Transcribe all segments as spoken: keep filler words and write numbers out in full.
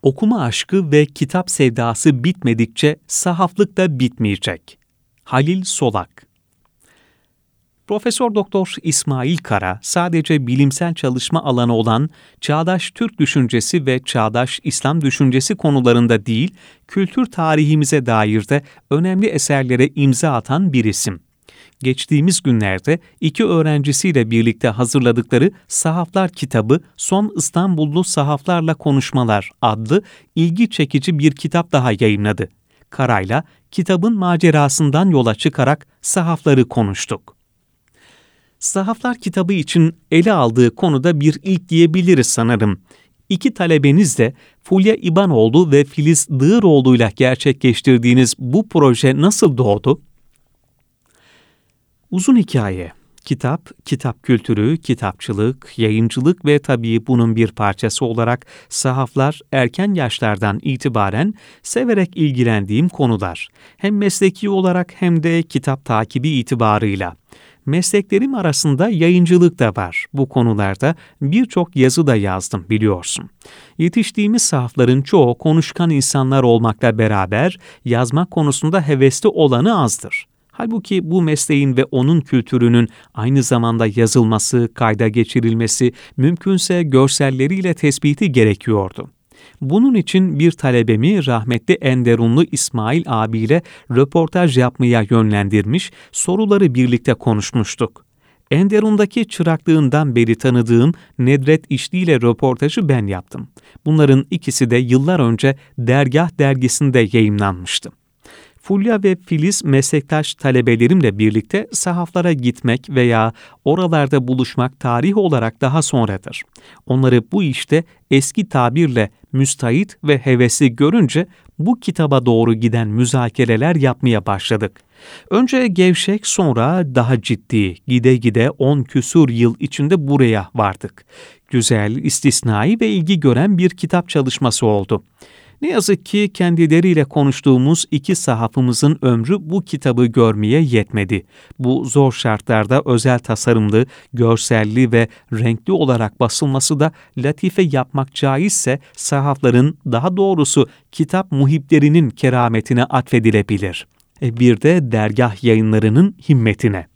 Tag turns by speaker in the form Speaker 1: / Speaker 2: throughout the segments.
Speaker 1: Okuma aşkı ve kitap sevdası bitmedikçe sahaflık da bitmeyecek. Halil Solak. Profesör Doktor İsmail Kara, sadece bilimsel çalışma alanı olan çağdaş Türk düşüncesi ve çağdaş İslam düşüncesi konularında değil, kültür tarihimize dair de önemli eserlere imza atan bir isim. Geçtiğimiz günlerde iki öğrencisiyle birlikte hazırladıkları Sahaflar kitabı Son İstanbullu Sahaflarla Konuşmalar adlı ilgi çekici bir kitap daha yayımladı. Kara'yla kitabın macerasından yola çıkarak sahafları konuştuk. Sahaflar kitabı için ele aldığı konuda bir ilk diyebiliriz sanırım. İki talebeniz de Fulya İbanoğlu ve Filiz Dığıroğlu'yla gerçekleştirdiğiniz bu proje nasıl doğdu? Uzun hikaye. Kitap, kitap kültürü, kitapçılık, yayıncılık ve tabii bunun bir parçası olarak sahaflar erken yaşlardan itibaren severek ilgilendiğim konular. Hem mesleki olarak hem de kitap takibi itibarıyla. Mesleklerim arasında yayıncılık da var. Bu konularda birçok yazı da yazdım biliyorsun. Yetiştiğimiz sahafların çoğu konuşkan insanlar olmakla beraber yazmak konusunda hevesli olanı azdır. Halbuki bu mesleğin ve onun kültürünün aynı zamanda yazılması, kayda geçirilmesi, mümkünse görselleriyle tespiti gerekiyordu. Bunun için bir talebemi rahmetli Enderunlu İsmail abiyle röportaj yapmaya yönlendirmiş, soruları birlikte konuşmuştuk. Enderun'daki çıraklığından beri tanıdığım Nedret İşli ile röportajı ben yaptım. Bunların ikisi de yıllar önce Dergah dergisinde yayımlanmıştı. Fulya ve Filiz meslektaş talebelerimle birlikte sahaflara gitmek veya oralarda buluşmak tarih olarak daha sonradır. Onları bu işte eski tabirle müstahit ve hevesli görünce bu kitaba doğru giden müzakereler yapmaya başladık. Önce gevşek, sonra daha ciddi, gide gide on küsur yıl içinde buraya vardık. Güzel, istisnai ve ilgi gören bir kitap çalışması oldu. Ne yazık ki kendileriyle konuştuğumuz iki sahafımızın ömrü bu kitabı görmeye yetmedi. Bu zor şartlarda özel tasarımlı, görselli ve renkli olarak basılması da latife yapmak caizse sahafların, daha doğrusu kitap muhiplerinin kerametine atfedilebilir. E bir de dergah yayınlarının himmetine.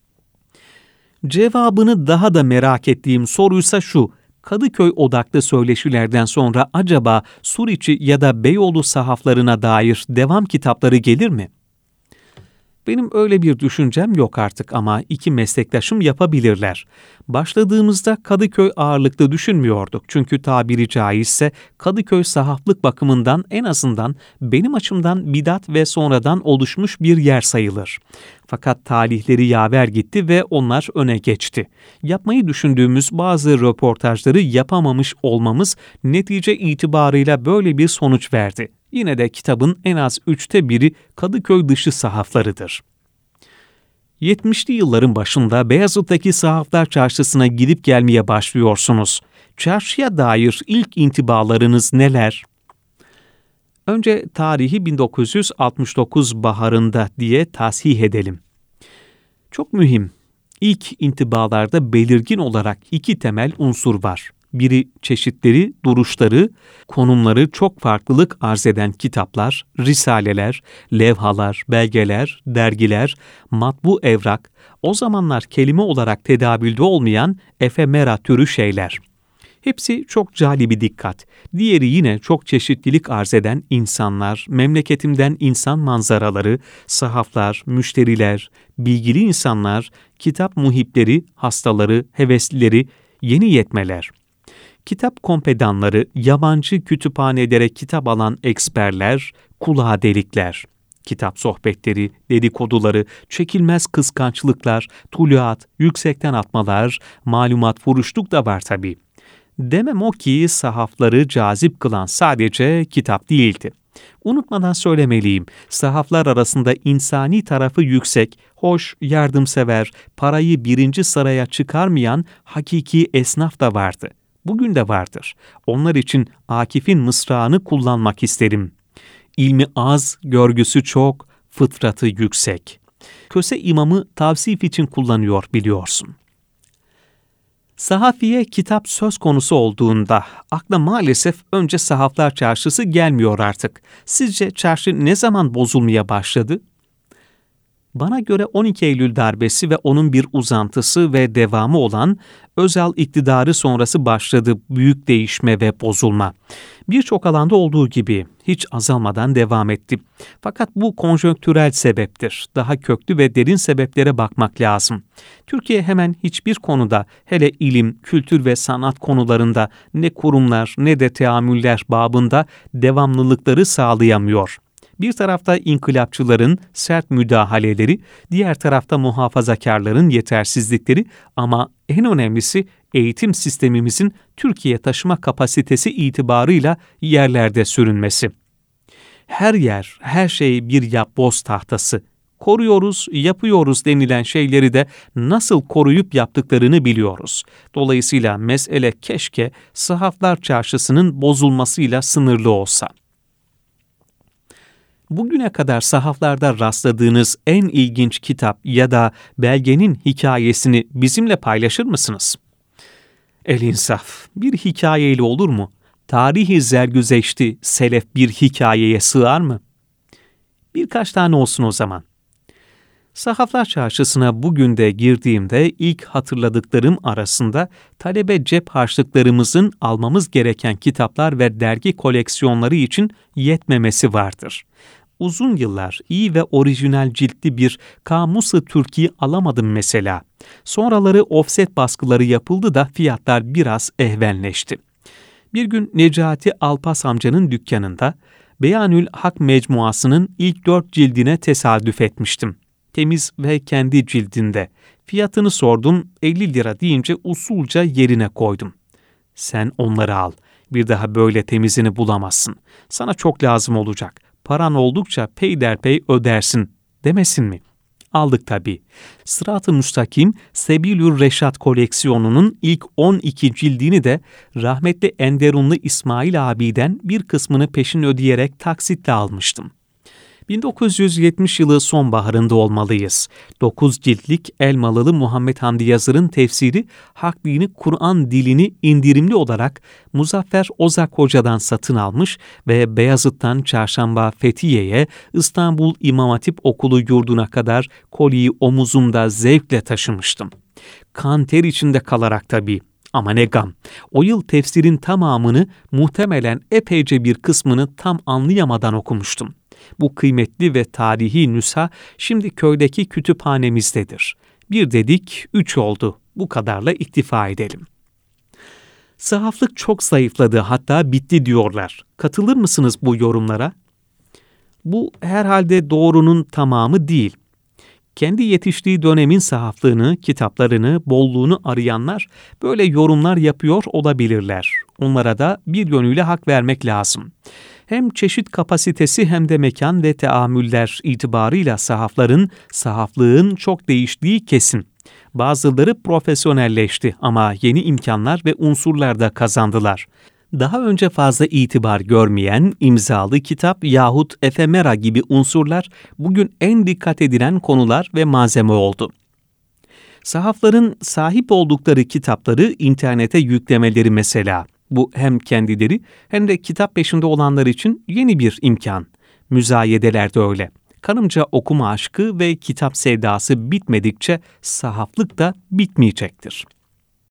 Speaker 1: Cevabını daha da merak ettiğim soruysa şu: Kadıköy odaklı söyleşilerden sonra acaba Suriçi ya da Beyoğlu sahaflarına dair devam kitapları gelir mi? Benim öyle bir düşüncem yok artık ama iki meslektaşım yapabilirler. Başladığımızda Kadıköy ağırlıklı düşünmüyorduk çünkü tabiri caizse Kadıköy sahaflık bakımından en azından benim açımdan bidat ve sonradan oluşmuş bir yer sayılır. Fakat talihleri yaver gitti ve onlar öne geçti. Yapmayı düşündüğümüz bazı röportajları yapamamış olmamız netice itibarıyla böyle bir sonuç verdi. Yine de kitabın en az üçte biri Kadıköy dışı sahaflarıdır. yetmişli yılların başında Beyazıt'taki Sahaflar Çarşısı'na gidip gelmeye başlıyorsunuz. Çarşıya dair ilk intibalarınız neler? Önce tarihi bin dokuz yüz altmış dokuz baharında diye tasih edelim. Çok mühim. İlk intibalarda belirgin olarak iki temel unsur var. Biri çeşitleri, duruşları, konumları çok farklılık arz eden kitaplar, risaleler, levhalar, belgeler, dergiler, matbu evrak, o zamanlar kelime olarak tedavülde olmayan efemera türü şeyler. Hepsi çok cali bir dikkat. Diğeri yine çok çeşitlilik arz eden insanlar, memleketimden insan manzaraları, sahaflar, müşteriler, bilgili insanlar, kitap muhipleri, hastaları, heveslileri, yeni yetmeler. Kitap kompedanları, yabancı kütüphanelere kitap alan eksperler, kulağa delikler. Kitap sohbetleri, dedikoduları, çekilmez kıskançlıklar, tuluat, yüksekten atmalar, malumat vuruşluk da var tabii. Demem o ki sahafları cazip kılan sadece kitap değildi. Unutmadan söylemeliyim, sahaflar arasında insani tarafı yüksek, hoş, yardımsever, parayı birinci sıraya çıkarmayan hakiki esnaf da vardı. Bugün de vardır. Onlar için Akif'in mısrağını kullanmak isterim. İlmi az, görgüsü çok, fıtratı yüksek. Köse imamı tavsif için kullanıyor biliyorsun. Sahafiye kitap söz konusu olduğunda akla maalesef önce Sahaflar Çarşısı gelmiyor artık. Sizce çarşı ne zaman bozulmaya başladı? Bana göre on iki Eylül darbesi ve onun bir uzantısı ve devamı olan Özal iktidarı sonrası başladı büyük değişme ve bozulma. Birçok alanda olduğu gibi hiç azalmadan devam etti. Fakat bu konjonktürel sebeptir. Daha köklü ve derin sebeplere bakmak lazım. Türkiye hemen hiçbir konuda, hele ilim, kültür ve sanat konularında ne kurumlar ne de teamüller babında devamlılıkları sağlayamıyor. Bir tarafta inkılapçıların sert müdahaleleri, diğer tarafta muhafazakarların yetersizlikleri ama en önemlisi eğitim sistemimizin Türkiye taşıma kapasitesi itibarıyla yerlerde sürünmesi. Her yer, her şey bir yapboz tahtası. Koruyoruz, yapıyoruz denilen şeyleri de nasıl koruyup yaptıklarını biliyoruz. Dolayısıyla mesele keşke Sahaflar Çarşısı'nın bozulmasıyla sınırlı olsa. Bugüne kadar sahaflarda rastladığınız en ilginç kitap ya da belgenin hikayesini bizimle paylaşır mısınız? El-İnsaf, bir hikayeyle olur mu? Tarihi zergüzeşti, selef bir hikayeye sığar mı? Birkaç tane olsun o zaman. Sahaflar Çarşısı'na bugün de girdiğimde ilk hatırladıklarım arasında talebe cep harçlıklarımızın almamız gereken kitaplar ve dergi koleksiyonları için yetmemesi vardır. Uzun yıllar iyi ve orijinal ciltli bir Kamus-ı Türkiye alamadım mesela. Sonraları ofset baskıları yapıldı da fiyatlar biraz ehvenleşti. Bir gün Necati Alpas amcanın dükkanında Beyanül Hak Mecmuası'nın ilk dört cildine tesadüf etmiştim. Temiz ve kendi cildinde. Fiyatını sordum, elli lira deyince usulca yerine koydum. Sen onları al. Bir daha böyle temizini bulamazsın. Sana çok lazım olacak. Paran oldukça peyderpey ödersin demesin mi? Aldık tabii. Sırat-ı Müstakim Sebilür Reşat koleksiyonunun ilk on iki cildini de rahmetli Enderunlu İsmail abiden bir kısmını peşin ödeyerek taksitle almıştım. bin dokuz yüz yetmiş yılı sonbaharında olmalıyız. dokuz ciltlik Elmalılı Muhammed Hamdi Yazır'ın tefsiri Hak Dini Kur'an dilini indirimli olarak Muzaffer Ozak Hoca'dan satın almış ve Beyazıt'tan Çarşamba Fethiye'ye, İstanbul İmam Hatip Okulu yurduna kadar koliyi omuzumda zevkle taşımıştım. Kan ter içinde kalarak tabii. Ama ne gam. O yıl tefsirin tamamını, muhtemelen epeyce bir kısmını tam anlayamadan okumuştum. Bu kıymetli ve tarihi nüsha şimdi köydeki kütüphanemizdedir. Bir dedik, üç oldu. Bu kadarla iktifa edelim. Sahaflık çok zayıfladı, hatta bitti diyorlar. Katılır mısınız bu yorumlara? Bu herhalde doğrunun tamamı değil. Kendi yetiştiği dönemin sahaflığını, kitaplarını, bolluğunu arayanlar böyle yorumlar yapıyor olabilirler. Onlara da bir yönüyle hak vermek lazım. Hem çeşit kapasitesi hem de mekan ve teamüller itibarıyla sahafların, sahaflığın çok değiştiği kesin. Bazıları profesyonelleşti ama yeni imkanlar ve unsurlar da kazandılar. Daha önce fazla itibar görmeyen imzalı kitap yahut efemera gibi unsurlar bugün en dikkat edilen konular ve malzeme oldu. Sahafların sahip oldukları kitapları internete yüklemeleri mesela. Bu hem kendileri hem de kitap peşinde olanlar için yeni bir imkan. Müzayedeler de öyle. Kanımca okuma aşkı ve kitap sevdası bitmedikçe sahaflık da bitmeyecektir.